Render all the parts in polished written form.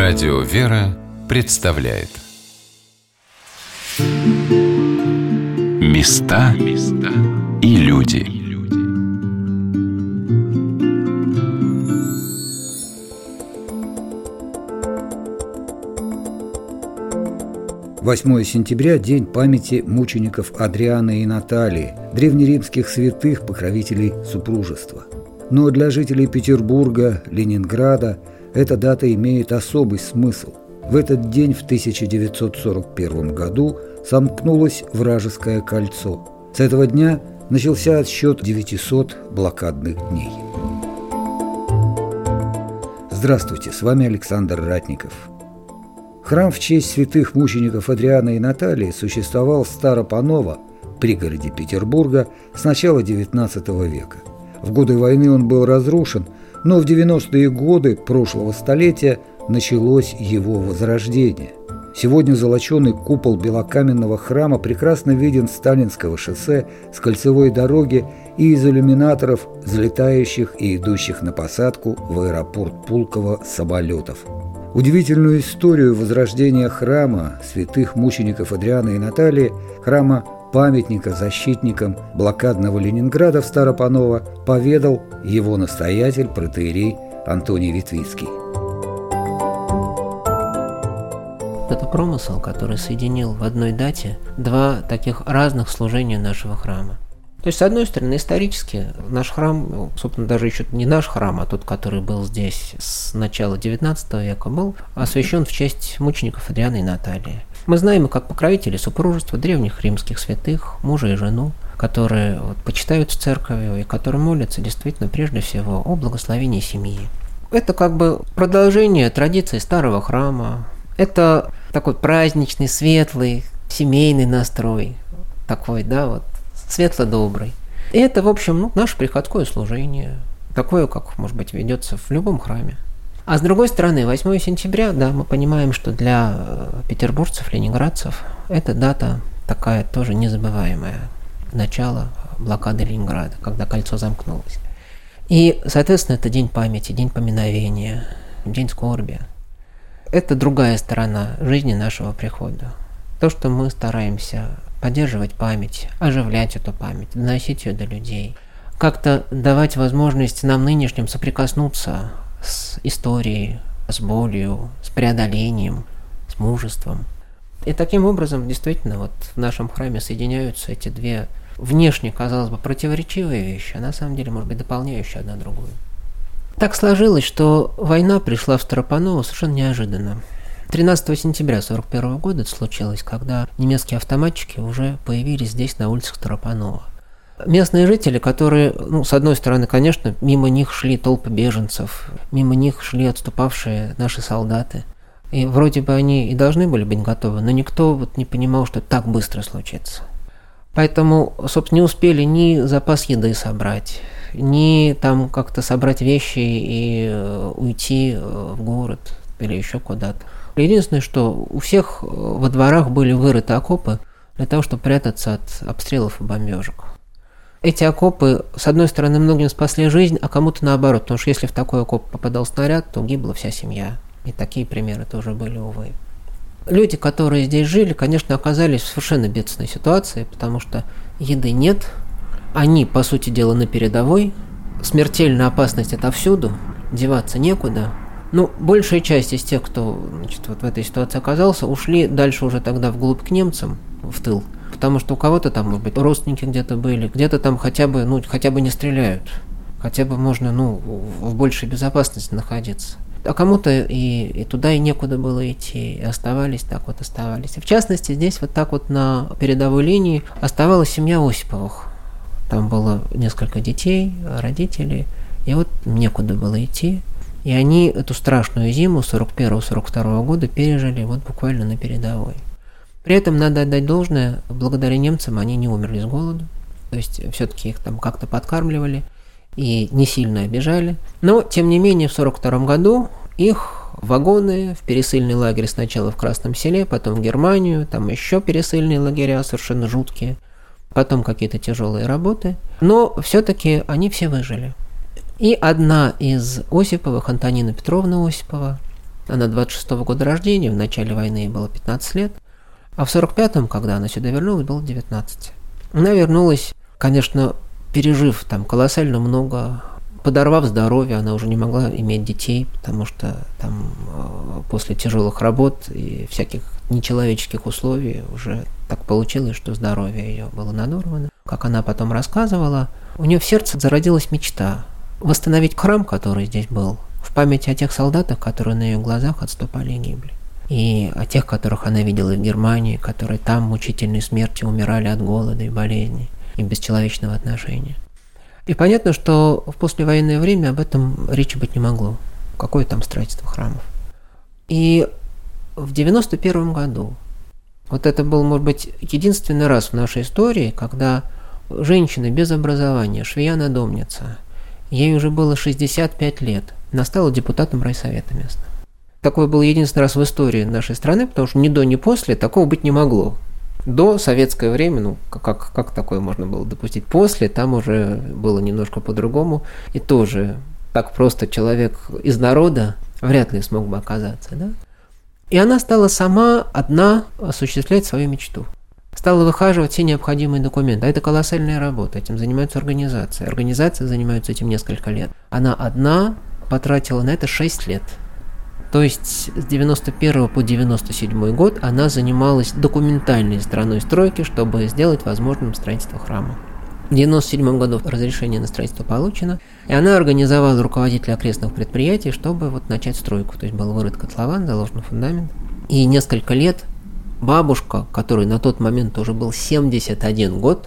Радио «Вера» представляет Места и люди. «8 сентября – день памяти мучеников Адриана и Наталии, древнеримских святых, покровителей супружества. Но для жителей Петербурга, Ленинграда эта дата имеет особый смысл. В этот день в 1941 году сомкнулось вражеское кольцо. С этого дня начался отсчет 900 блокадных дней. Здравствуйте, с вами Александр Ратников. Храм в честь святых мучеников Адриана и Наталии существовал в Старопаново, пригороде Петербурга, с начала XIX века. В годы войны он был разрушен, но в 90-е годы прошлого столетия началось его возрождение. Сегодня золоченый купол белокаменного храма прекрасно виден с Сталинского шоссе, с кольцевой дороги и из иллюминаторов, взлетающих и идущих на посадку в аэропорт Пулково самолетов. Удивительную историю возрождения храма святых мучеников Адриана и Наталии, храма-памятника защитникам блокадного Ленинграда в Старопаново, поведал его настоятель протоиерей Антоний Ветвицкий. Это промысел, который соединил в одной дате два таких разных служения нашего храма. То есть, с одной стороны, исторически наш храм, собственно, даже еще не наш храм, а тот, который был здесь с начала XIX века, был освящен в честь мучеников Адриана и Наталии. Мы знаем их как покровители супружества, древних римских святых, мужа и жену, которые почитают в церкви и которые молятся действительно прежде всего о благословении семьи. Это как бы продолжение традиции старого храма. Это такой праздничный, светлый, семейный настрой, такой, светло-добрый. И это, в общем, наше приходское служение, такое, как, может быть, ведется в любом храме. А с другой стороны, 8 сентября, мы понимаем, что для петербуржцев, ленинградцев, эта дата такая тоже незабываемая. Начало блокады Ленинграда, когда кольцо замкнулось. И, соответственно, это день памяти, день поминовения, день скорби. Это другая сторона жизни нашего прихода. То, что мы стараемся поддерживать память, оживлять эту память, доносить ее до людей, как-то давать возможность нам нынешним соприкоснуться с историей, с болью, с преодолением, с мужеством. И таким образом, действительно, в нашем храме соединяются эти две внешне, казалось бы, противоречивые вещи, а на самом деле, может быть, дополняющие одна другую. Так сложилось, что война пришла в Старопаново совершенно неожиданно. 13 сентября 1941 года это случилось, когда немецкие автоматчики уже появились здесь, на улицах Старопанова. Местные жители, которые, с одной стороны, конечно, мимо них шли толпы беженцев, мимо них шли отступавшие наши солдаты. И вроде бы они и должны были быть готовы, но никто не понимал, что так быстро случится. Поэтому, собственно, не успели ни запас еды собрать, ни там как-то собрать вещи и уйти в город или еще куда-то. Единственное, что у всех во дворах были вырыты окопы для того, чтобы прятаться от обстрелов и бомбежек. Эти окопы, с одной стороны, многим спасли жизнь, а кому-то наоборот, потому что если в такой окоп попадал снаряд, то гибла вся семья. И такие примеры тоже были, увы. Люди, которые здесь жили, конечно, оказались в совершенно бедственной ситуации, потому что еды нет, они, по сути дела, на передовой, смертельная опасность отовсюду, деваться некуда. Большая часть из тех, кто в этой ситуации оказался, ушли дальше уже тогда вглубь к немцам, в тыл, потому что у кого-то там, может быть, родственники где-то были, где-то там хотя бы не стреляют, хотя бы можно, в большей безопасности находиться. А кому-то и туда и некуда было идти, и оставались. И в частности, здесь на передовой линии оставалась семья Осиповых. Там было несколько детей, родителей, и некуда было идти. И они эту страшную зиму 1941-1942 года пережили буквально на передовой. При этом надо отдать должное, благодаря немцам они не умерли с голоду. То есть все-таки их там как-то подкармливали и не сильно обижали. Но, тем не менее, в 1942 году их вагоны в пересыльный лагерь сначала в Красном Селе, потом в Германию, там еще пересыльные лагеря совершенно жуткие, потом какие-то тяжелые работы. Но все-таки они все выжили. И одна из Осиповых, Антонина Петровна Осипова, Она 26-го года рождения, в начале войны ей было 15 лет, а в 45-м, когда она сюда вернулась, было 19. Она вернулась, конечно, пережив там колоссально много, подорвав здоровье, она уже не могла иметь детей, потому что там после тяжелых работ и всяких нечеловеческих условий уже так получилось, что здоровье ее было надорвано. Как она потом рассказывала, у нее в сердце зародилась мечта восстановить храм, который здесь был, в память о тех солдатах, которые на ее глазах отступали и гибли. И о тех, которых она видела в Германии, которые там мучительной смертью умирали от голода и болезней, и бесчеловечного отношения. И понятно, что в послевоенное время об этом речи быть не могло. Какое там строительство храмов. И в 91 году, вот это был, может быть, единственный раз в нашей истории, когда женщина без образования, швея-надомница, ей уже было 65 лет, она стала депутатом райсовета местного. Такое было единственный раз в истории нашей страны, потому что ни до, ни после такого быть не могло. До советское время, как такое можно было допустить? После, там уже было немножко по-другому. И тоже так просто человек из народа вряд ли смог бы оказаться. Да? И она стала сама одна осуществлять свою мечту. Стала выхаживать все необходимые документы. А это колоссальная работа, этим занимаются организации. Организации занимаются этим несколько лет. Она одна потратила на это 6 лет. То есть с 91 по 97 год она занималась документальной стороной стройки, чтобы сделать возможным строительство храма. В 97 году разрешение на строительство получено, и она организовала руководителей окрестных предприятий, чтобы вот начать стройку. То есть был вырыт котлован, заложен фундамент. И несколько лет бабушка, которой на тот момент уже был 71 год,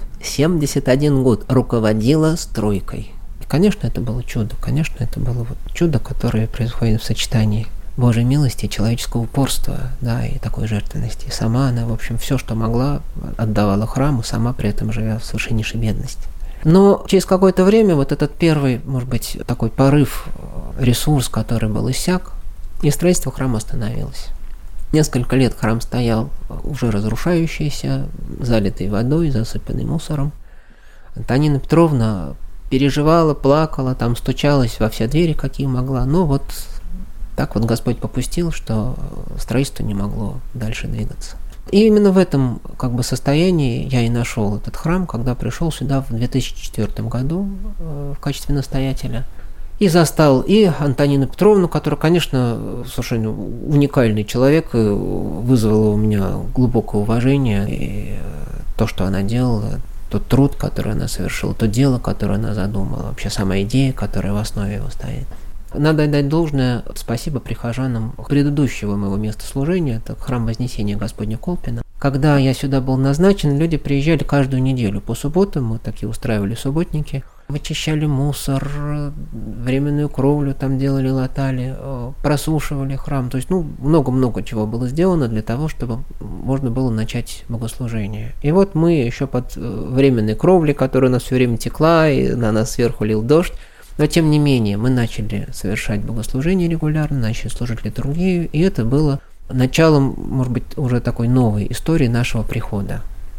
руководила стройкой. И, конечно, это было чудо. Конечно, это было вот чудо, которое происходит в сочетании Божьей милости, человеческого упорства, да, и такой жертвенности. И сама она, в общем, все, что могла, отдавала храму, сама при этом живя в совершеннейшей бедности. Но через какое-то время вот этот первый, может быть, такой порыв, ресурс, который был иссяк, и строительство храма остановилось. Несколько лет храм стоял уже разрушающийся, залитый водой, засыпанный мусором. Антонина Петровна переживала, плакала, там стучалась во все двери, какие могла, но вот так вот Господь попустил, что строительство не могло дальше двигаться. И именно в этом состоянии я и нашел этот храм, когда пришел сюда в 2004 году в качестве настоятеля. И застал и Антонину Петровну, которая, конечно, совершенно уникальный человек, и вызвала у меня глубокое уважение. И то, что она делала, тот труд, который она совершила, то дело, которое она задумала, вообще сама идея, которая в основе его стоит. Надо отдать должное спасибо прихожанам предыдущего моего места служения, это храм Вознесения Господня Колпино. Когда я сюда был назначен, люди приезжали каждую неделю по субботам, мы такие устраивали субботники, вычищали мусор, временную кровлю там делали, латали, просушивали храм. То есть, много-много чего было сделано для того, чтобы можно было начать богослужение. И вот мы еще под временной кровлей, которая у нас все время текла, и на нас сверху лил дождь, но, тем не менее, мы начали совершать богослужение регулярно, начали служить литургию, и это было началом, может быть, уже такой новой истории нашего прихода.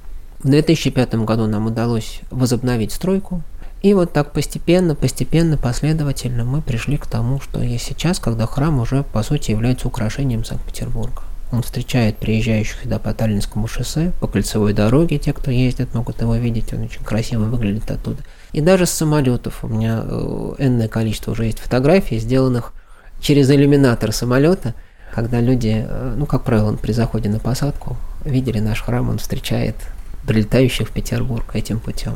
В 2005 году нам удалось возобновить стройку, и вот так постепенно, последовательно мы пришли к тому, что есть сейчас, когда храм уже, по сути, является украшением Санкт-Петербурга. Он встречает приезжающих сюда по Таллинскому шоссе, по кольцевой дороге, те, кто ездит, могут его видеть, он очень красиво выглядит оттуда. И даже с самолетов у меня энное количество уже есть фотографий, сделанных через иллюминатор самолета, когда люди, как правило, при заходе на посадку, видели наш храм, он встречает прилетающих в Петербург этим путем.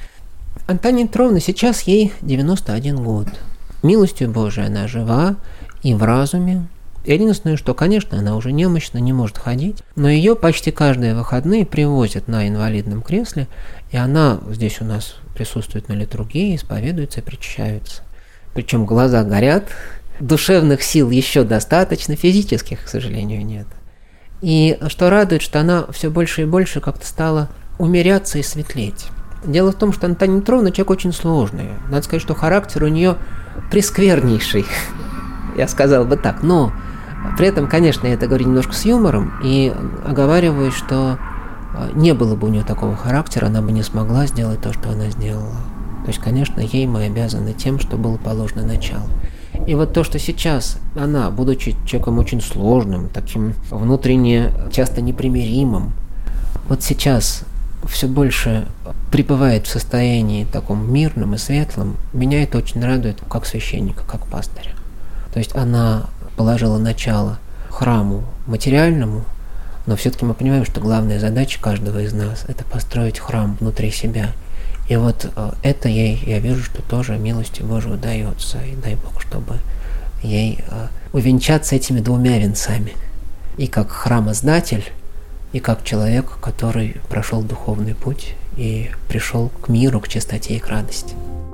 Антонина Петровна сейчас ей 91 год. Милостью Божией она жива и в разуме. Единственное, что, конечно, она уже немощна, не может ходить, но ее почти каждые выходные привозят на инвалидном кресле, и она здесь у нас присутствует на литургии, исповедуется и причащается. Причем глаза горят, душевных сил еще достаточно, физических, к сожалению, нет. И что радует, что она все больше и больше как-то стала умеряться и светлеть. Дело в том, что Антонина Петровна человек очень сложный. Надо сказать, что характер у нее пресквернейший, я сказал бы так, но при этом, конечно, я это говорю немножко с юмором и оговариваю, что не было бы у нее такого характера, она бы не смогла сделать то, что она сделала. То есть, конечно, ей мы обязаны тем, что было положено начало. И вот то, что сейчас она, будучи человеком очень сложным, таким внутренне часто непримиримым, вот сейчас все больше пребывает в состоянии таком мирном и светлом, меня это очень радует как священника, как пастыря. То есть она положила начало храму материальному, но все-таки мы понимаем, что главная задача каждого из нас – это построить храм внутри себя. И вот это ей, я вижу, что тоже милостью Божией удается. И дай Бог, чтобы ей увенчаться этими двумя венцами. И как храмоздатель, и как человек, который прошел духовный путь и пришел к миру, к чистоте и к радости.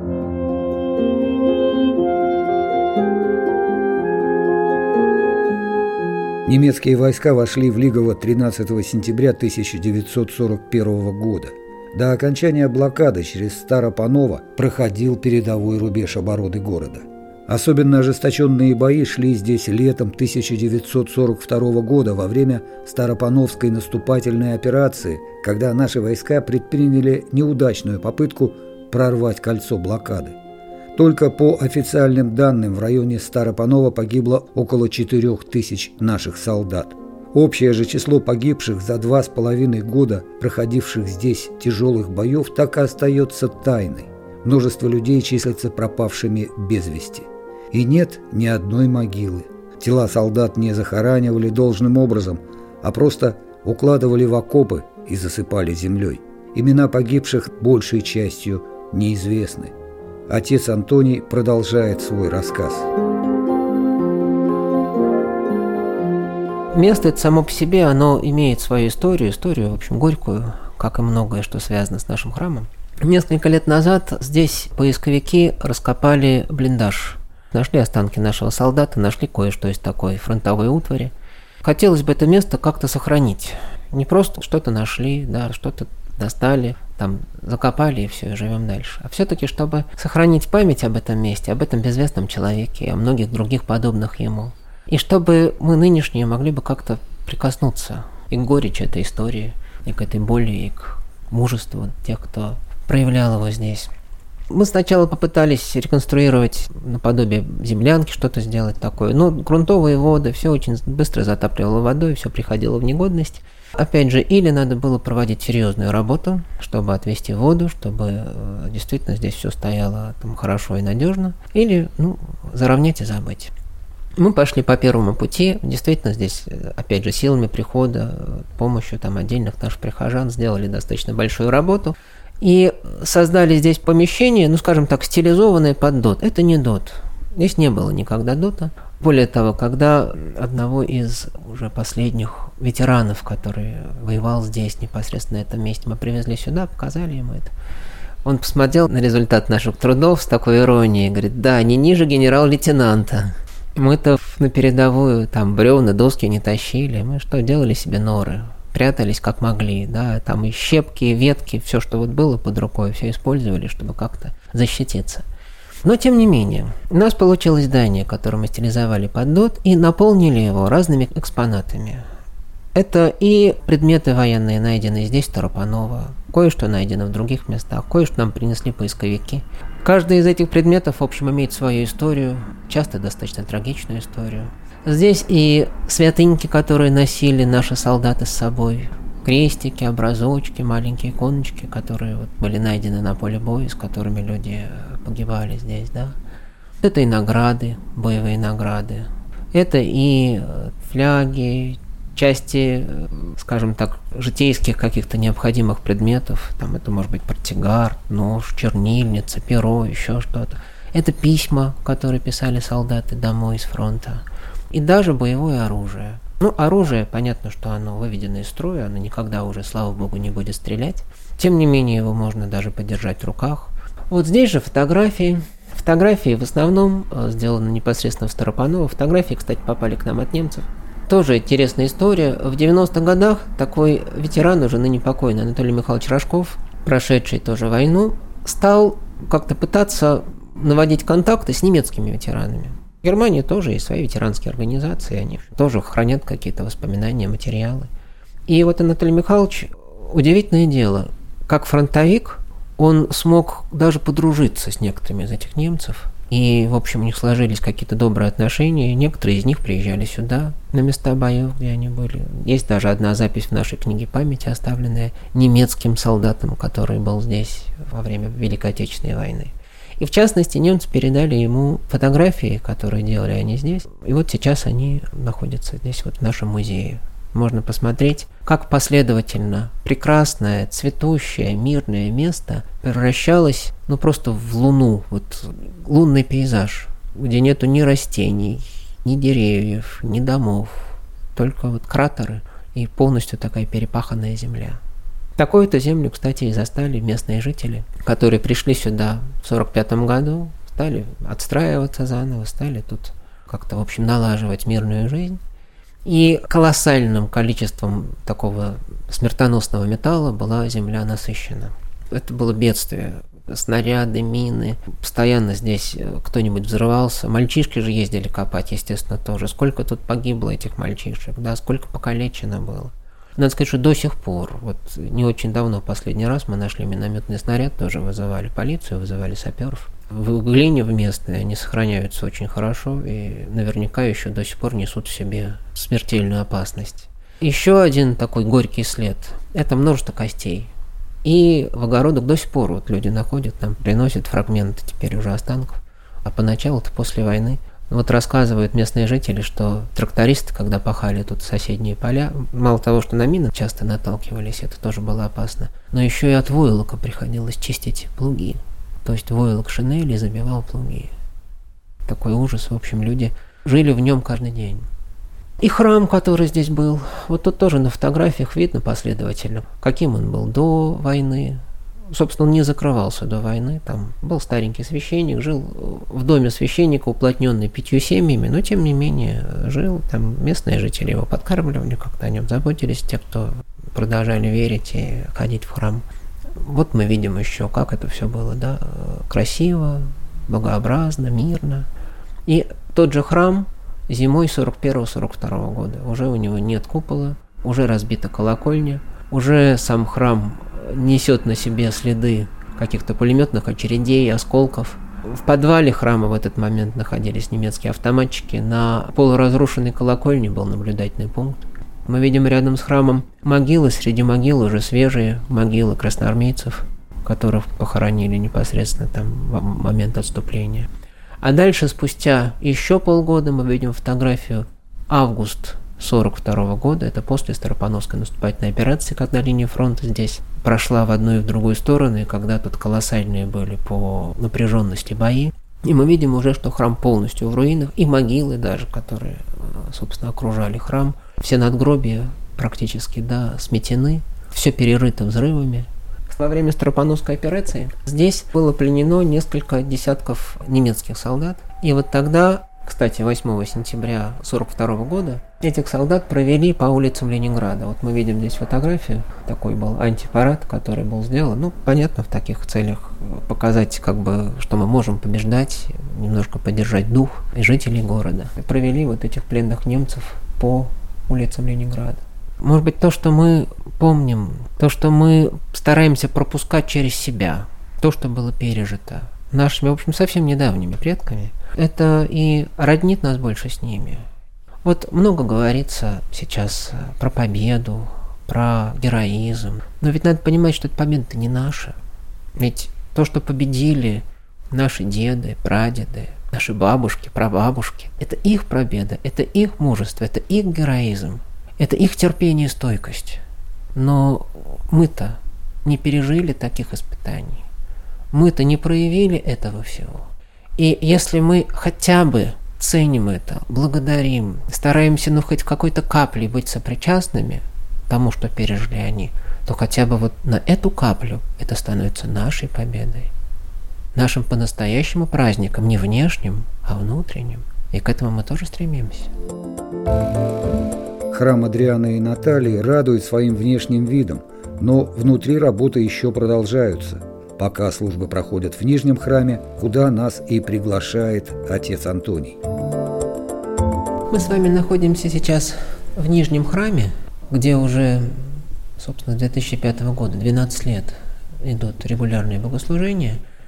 Немецкие войска вошли в Лигово 13 сентября 1941 года. До окончания блокады через Старопаново проходил передовой рубеж обороны города. Особенно ожесточенные бои шли здесь летом 1942 года во время Старопановской наступательной операции, когда наши войска предприняли неудачную попытку прорвать кольцо блокады. Только по официальным данным в районе Старопанова погибло около 4000 наших солдат. Общее же число погибших за 2,5 года проходивших здесь тяжелых боев так и остается тайной. Множество людей числятся пропавшими без вести. И нет ни одной могилы. Тела солдат не захоранивали должным образом, а просто укладывали в окопы и засыпали землей. Имена погибших большей частью неизвестны. Отец Антоний продолжает свой рассказ. Место это само по себе, оно имеет свою историю, в общем, горькую, как и многое, что связано с нашим храмом. Несколько лет назад здесь поисковики раскопали блиндаж. Нашли останки нашего солдата, нашли кое-что из такой фронтовой утвари. Хотелось бы это место как-то сохранить. Не просто что-то нашли, да, что-то достали, там закопали и все, и живем дальше. А все-таки, чтобы сохранить память об этом месте, об этом безвестном человеке, о многих других подобных ему. И чтобы мы нынешние могли бы как-то прикоснуться и к горечи этой истории, и к этой боли, и к мужеству тех, кто проявлял его здесь. Мы сначала попытались реконструировать наподобие землянки, что-то сделать такое, но грунтовые воды, все очень быстро затапливало водой, все приходило в негодность. Опять же, или надо было проводить серьезную работу, чтобы отвести воду, чтобы действительно здесь все стояло там хорошо и надежно, или заровнять и забыть. Мы пошли по первому пути, действительно здесь, опять же, силами прихода, помощью там отдельных наших прихожан сделали достаточно большую работу и создали здесь помещение, скажем так, стилизованное под ДОТ. Это не ДОТ, здесь не было никогда ДОТа. Более того, когда одного из уже последних ветеранов, который воевал здесь непосредственно на этом месте, мы привезли сюда, показали ему это, он посмотрел на результат наших трудов с такой иронией, говорит: да, не ниже генерал-лейтенанта. Мы-то на передовую там бревна, доски не тащили, мы что, делали себе норы, прятались как могли, да, там и щепки, и ветки, все, что вот было под рукой, все использовали, чтобы как-то защититься. Но тем не менее, у нас получилось здание, которое мы стилизовали под ДОТ и наполнили его разными экспонатами. Это и предметы военные, найденные здесь, в Старопаново, кое-что найдено в других местах, кое-что нам принесли поисковики. Каждый из этих предметов, в общем, имеет свою историю, часто достаточно трагичную историю. Здесь и святыньки, которые носили наши солдаты с собой, крестики, образочки, маленькие иконочки, которые вот были найдены на поле боя, с которыми люди погибали здесь, да. Это и награды, боевые награды. Это и фляги, части, скажем так, житейских каких-то необходимых предметов. Там это может быть портсигар, нож, чернильница, перо, еще что-то. Это письма, которые писали солдаты домой с фронта. И даже боевое оружие. Оружие, понятно, что оно выведено из строя, оно никогда уже, слава богу, не будет стрелять. Тем не менее, его можно даже подержать в руках. Вот здесь же фотографии. Фотографии в основном сделаны непосредственно в Старопаново. Фотографии, кстати, попали к нам от немцев. Тоже интересная история. В 90-х годах такой ветеран, уже ныне покойный Анатолий Михайлович Рожков, прошедший тоже войну, стал как-то пытаться наводить контакты с немецкими ветеранами. В Германии тоже есть свои ветеранские организации, они тоже хранят какие-то воспоминания, материалы. И вот Анатолий Михайлович, удивительное дело, как фронтовик, он смог даже подружиться с некоторыми из этих немцев И, в общем, у них сложились какие-то добрые отношения. Некоторые из них приезжали сюда, на места боев, где они были. Есть даже одна запись в нашей книге памяти, оставленная немецким солдатом, который был здесь во время Великой Отечественной войны. И, в частности, немцы передали ему фотографии, которые делали они здесь. И вот сейчас они находятся здесь, вот в нашем музее. Можно посмотреть, как последовательно прекрасное, цветущее, мирное место превращалось, просто в луну, вот лунный пейзаж, где нету ни растений, ни деревьев, ни домов, только вот кратеры и полностью такая перепаханная земля. Такую-то землю, кстати, и застали местные жители, которые пришли сюда в 1945 году, стали отстраиваться заново, стали тут как-то, в общем, налаживать мирную жизнь. И колоссальным количеством такого смертоносного металла была земля насыщена. Это было бедствие. Снаряды, мины. Постоянно здесь кто-нибудь взрывался. Мальчишки же ездили копать, естественно, тоже. Сколько тут погибло этих мальчишек, да, сколько покалечено было. Надо сказать, что до сих пор, вот не очень давно, последний раз мы нашли минометный снаряд, тоже вызывали полицию, вызывали саперов. В глине в местной они сохраняются очень хорошо и наверняка еще до сих пор несут в себе смертельную опасность. Еще один такой горький след – это множество костей. И в огородах до сих пор вот люди находят, там приносят фрагменты теперь уже останков. А поначалу-то после войны вот рассказывают местные жители, что трактористы, когда пахали тут соседние поля, мало того, что на мины часто наталкивались, это тоже было опасно, но еще и от войлока приходилось чистить плуги. То есть войлок шинели забивал плуги. Такой ужас, в общем, люди жили в нем каждый день. И храм, который здесь был, вот тут тоже на фотографиях видно последовательно, каким он был до войны. Собственно, он не закрывался до войны, там был старенький священник, жил в доме священника, уплотненный 5 семьями, но тем не менее жил, там местные жители его подкармливали, как-то о нем заботились, те, кто продолжали верить и ходить в храм. Вот мы видим еще, как это все было, да, красиво, богообразно, мирно. И тот же храм зимой 41-42 года, уже у него нет купола, уже разбита колокольня, уже сам храм несет на себе следы каких-то пулеметных очередей, осколков. В подвале храма в этот момент находились немецкие автоматчики, на полуразрушенной колокольне был наблюдательный пункт. Мы видим рядом с храмом могилы, среди могил уже свежие могилы красноармейцев, которых похоронили непосредственно там в момент отступления. А дальше, спустя еще полгода, мы видим фотографию август 1942 года, это после Старопановской наступательной операции, когда линия фронта здесь прошла в одну и в другую сторону, и когда тут колоссальные были по напряженности бои. И мы видим уже, что храм полностью в руинах, и могилы даже, которые, собственно, окружали храм, все надгробия практически, да, сметены, все перерыто взрывами. Во время Старопановской операции здесь было пленено несколько десятков немецких солдат. И вот тогда, кстати, 8 сентября 1942 года этих солдат провели по улицам Ленинграда. Вот мы видим здесь фотографию, такой был антипарад, который был сделан. Понятно, в таких целях показать, что мы можем побеждать, немножко поддержать дух и жителей города. И провели вот этих пленных немцев по улицам Ленинграда. Может быть, то, что мы помним, то, что мы стараемся пропускать через себя, то, что было пережито нашими, в общем, совсем недавними предками, это и роднит нас больше с ними. Вот много говорится сейчас про победу, про героизм, но ведь надо понимать, что эта победа-то не наша. Ведь то, что победили наши деды, прадеды, наши бабушки, прабабушки, это их победа, это их мужество, это их героизм. Это их терпение и стойкость. Но мы-то не пережили таких испытаний. Мы-то не проявили этого всего. И если мы хотя бы ценим это, благодарим, стараемся, хоть какой-то каплей быть сопричастными тому, что пережили они, то хотя бы вот на эту каплю это становится нашей победой. Нашим по-настоящему праздником, не внешним, а внутренним. И к этому мы тоже стремимся. Храм Адрианы и Натальи радует своим внешним видом, но внутри работы еще продолжаются, пока службы проходят в Нижнем храме, куда нас и приглашает отец Антоний. Мы с вами находимся сейчас в Нижнем храме, где уже, собственно, с 2005 года 12 лет идут регулярные богослужения.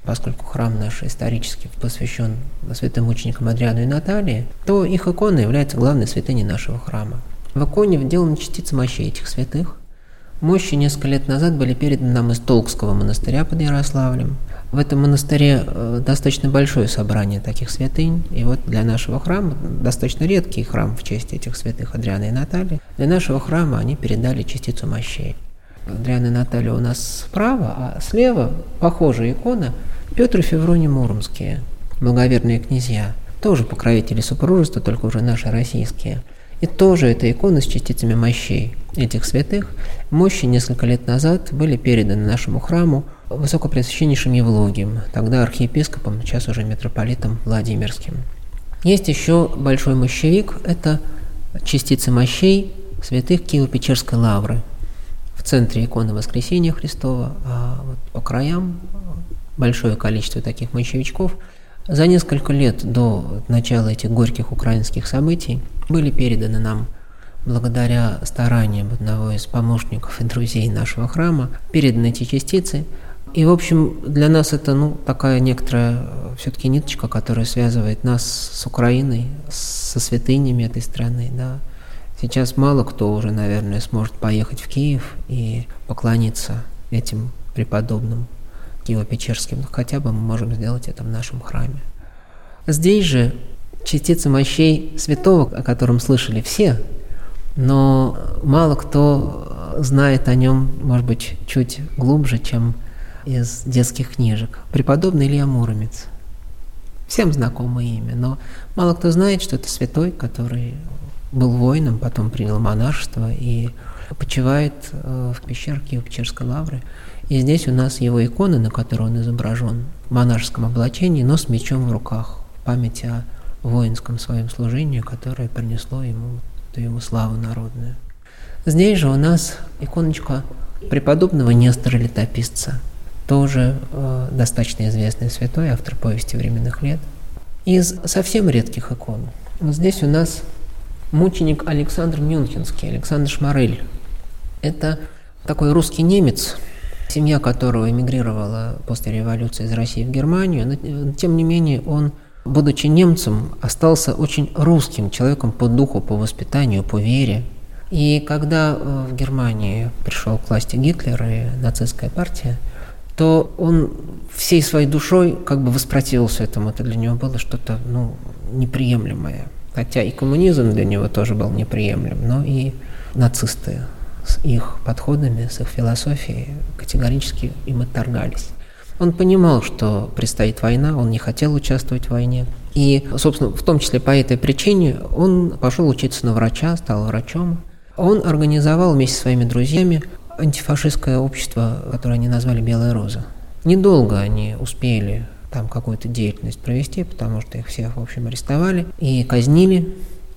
поскольку храм наш исторически посвящен святым мученикам Адриану и Наталье, то их икона является главной святыней нашего храма. В иконе вделаны частицы мощей этих святых. Мощи несколько лет назад были переданы нам из Толкского монастыря под Ярославлем. В этом монастыре достаточно большое собрание таких святынь, и вот для нашего храма, достаточно редкий храм в честь этих святых Адриана и Натальи, для нашего храма они передали частицу мощей. Адриана и Наталья у нас справа, а слева похожая икона Петр и Февроний Муромские, благоверные князья, тоже покровители супружества, только уже наши российские. И тоже эта икона с частицами мощей этих святых. Мощи несколько лет назад были переданы нашему храму высокопреосвященнейшим Евлогием, тогда архиепископом, сейчас уже митрополитом Владимирским. Есть еще большой мощевик, это частицы мощей святых Киево-Печерской лавры. В центре иконы Воскресения Христова, а вот по краям большое количество таких мощевичков. За несколько лет до начала этих горьких украинских событий были переданы нам, благодаря стараниям одного из помощников и друзей нашего храма, переданы эти частицы. И, в общем, для нас это такая некоторая все-таки ниточка, которая связывает нас с Украиной, со святынями этой страны. Да. Сейчас мало кто уже, наверное, сможет поехать в Киев и поклониться этим преподобным Киево-Печерским, но хотя бы мы можем сделать это в нашем храме. Здесь же частицы мощей святого, о котором слышали все, но мало кто знает о нем, может быть, чуть глубже, чем из детских книжек. Преподобный Илья Муромец. Всем знакомое имя, но мало кто знает, что это святой, который был воином, потом принял монашество и почивает в пещерах Киево-Печерской лавры. И здесь у нас его икона, на которой он изображен в монашеском облачении, но с мечом в руках, в память о воинском своем служении, которое принесло ему славу народную. Здесь же у нас иконочка преподобного Нестора Летописца, тоже достаточно известный святой, автор «Повести временных лет». Из совсем редких икон. Вот здесь у нас мученик Александр Мюнхенский, Александр Шмарель. Это такой русский немец, семья которого эмигрировала после революции из России в Германию, но тем не менее он, будучи немцем, остался очень русским человеком по духу, по воспитанию, по вере. И когда в Германии пришел к власти Гитлер и нацистская партия, то он всей своей душой как бы воспротивился этому. Это для него было что-то неприемлемое. Хотя и коммунизм для него тоже был неприемлем, но и нацисты с их подходами, с их философией категорически им отторгались. Он понимал, что предстоит война, он не хотел участвовать в войне. И, собственно, в том числе по этой причине он пошел учиться на врача, стал врачом. Он организовал вместе со своими друзьями антифашистское общество, которое они назвали «Белая роза». Недолго они успели там какую-то деятельность провести, потому что их всех, в общем, арестовали и казнили.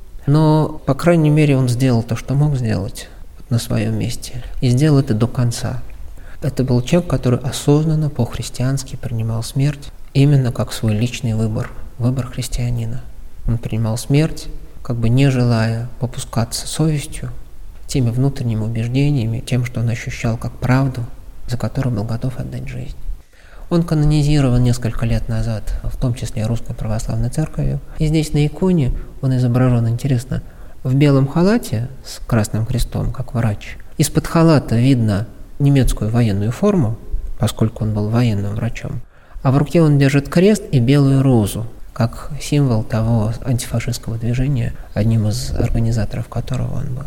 Но, по крайней мере, он сделал то, что мог сделать на своем месте. И сделал это до конца. Это был человек, который осознанно, по-христиански принимал смерть именно как свой личный выбор, выбор христианина. Он принимал смерть, как бы не желая попускаться совестью, теми внутренними убеждениями, тем, что он ощущал как правду, за которую был готов отдать жизнь. Он канонизирован несколько лет назад, в том числе Русской Православной Церковью. И здесь на иконе он изображен, интересно, в белом халате с красным крестом, как врач. Из-под халата видно немецкую военную форму, поскольку он был военным врачом, а в руке он держит крест и белую розу, как символ того антифашистского движения, одним из организаторов которого он был.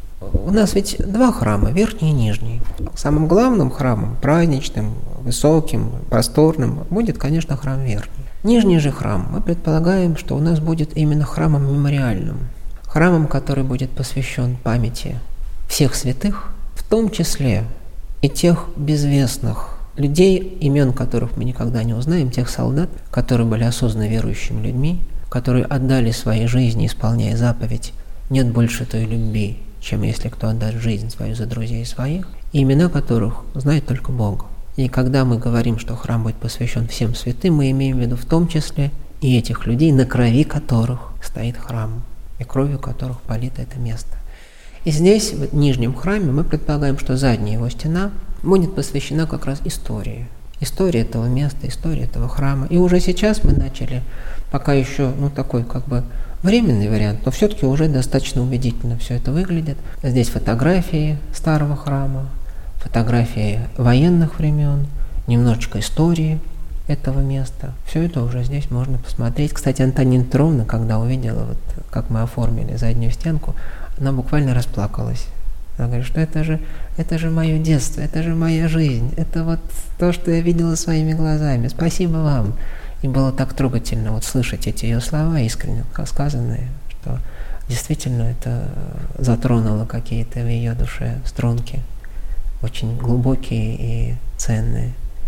У нас ведь два храма, верхний и нижний. Самым главным храмом, праздничным, высоким, просторным, будет, конечно, храм верхний. Нижний же храм, мы предполагаем, что у нас будет именно храмом мемориальным, храмом, который будет посвящен памяти всех святых, в том числе и тех безвестных людей, имен которых мы никогда не узнаем, тех солдат, которые были осознанно верующими людьми, которые отдали свои жизни, исполняя заповедь «нет больше той любви, чем если кто отдаст жизнь свою за друзей своих», и имена которых знает только Бог. И когда мы говорим, что храм будет посвящен всем святым, мы имеем в виду в том числе и этих людей, на крови которых стоит храм, и кровью которых полито это место. И здесь, в нижнем храме, мы предполагаем, что задняя его стена будет посвящена как раз истории история этого места, история этого храма. И уже сейчас мы начали, пока еще, такой как бы временный вариант, но все-таки уже достаточно убедительно все это выглядит. Здесь фотографии старого храма, фотографии военных времен, немножечко истории этого места. Все это уже здесь можно посмотреть. Кстати, Антонина Петровна, когда увидела, как мы оформили заднюю стенку, она буквально расплакалась. Она говорит, что это же мое детство, это же моя жизнь, это то, что я видела своими глазами. Спасибо вам. И было так трогательно слышать эти ее слова, искренне сказанные, что действительно это затронуло какие-то в ее душе струнки, очень глубокие и ценные.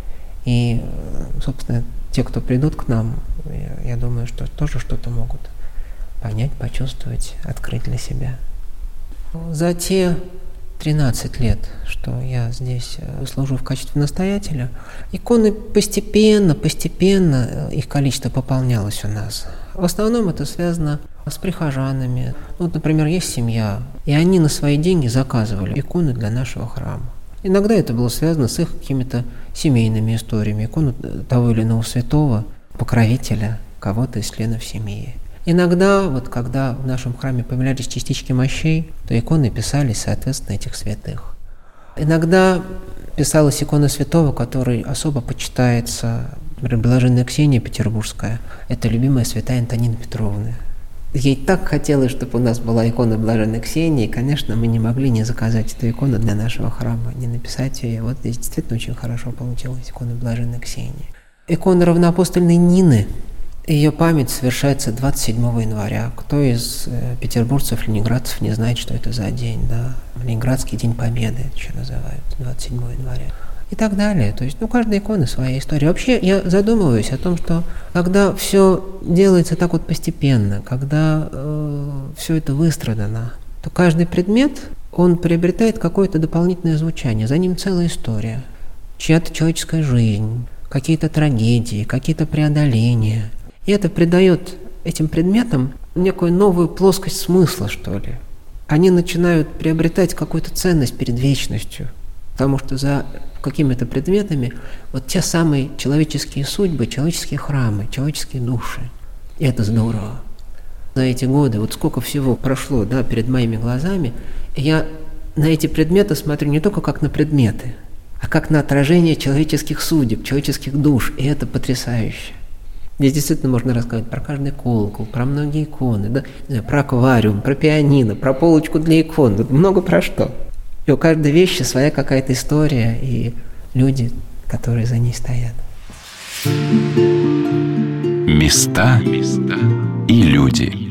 И, собственно, те, кто придут к нам, я думаю, что тоже что-то могут понять, почувствовать, открыть для себя. За те 13 лет, что я здесь служу в качестве настоятеля, иконы постепенно их количество пополнялось у нас. В основном это связано с прихожанами. Например, есть семья, и они на свои деньги заказывали иконы для нашего храма. Иногда это было связано с их какими-то семейными историями. Икону того или иного святого, покровителя кого-то из членов семьи. Иногда, когда в нашем храме появлялись частички мощей, то иконы писались, соответственно, этих святых. Иногда писалась икона святого, который особо почитается, например, Блаженная Ксения Петербургская. Это любимая святая Антонины Петровны. Ей так хотелось, чтобы у нас была икона Блаженной Ксении, и, конечно, мы не могли не заказать эту икону для нашего храма, не написать ее. Здесь действительно очень хорошо получилась икона Блаженной Ксении. Икона равноапостольной Нины. Ее память совершается 27 января. Кто из петербуржцев, ленинградцев не знает, что это за день? Да? Ленинградский день Победы это еще называют, 27 января. И так далее. То есть, у каждой иконы своя история. Вообще, я задумываюсь о том, что когда все делается так постепенно, когда все это выстрадано, то каждый предмет, он приобретает какое-то дополнительное звучание. За ним целая история. Чья-то человеческая жизнь, какие-то трагедии, какие-то преодоления. И это придает этим предметам некую новую плоскость смысла, что ли. Они начинают приобретать какую-то ценность перед вечностью. Потому что за какими-то предметами те самые человеческие судьбы, человеческие храмы, человеческие души. И это здорово. За эти годы, сколько всего прошло, перед моими глазами, я на эти предметы смотрю не только как на предметы, а как на отражение человеческих судеб, человеческих душ. И это потрясающе. Здесь действительно можно рассказать про каждый колокол, про многие иконы, про аквариум, про пианино, про полочку для икон, много про что. И у каждой вещи своя какая-то история и люди, которые за ней стоят. Места и люди.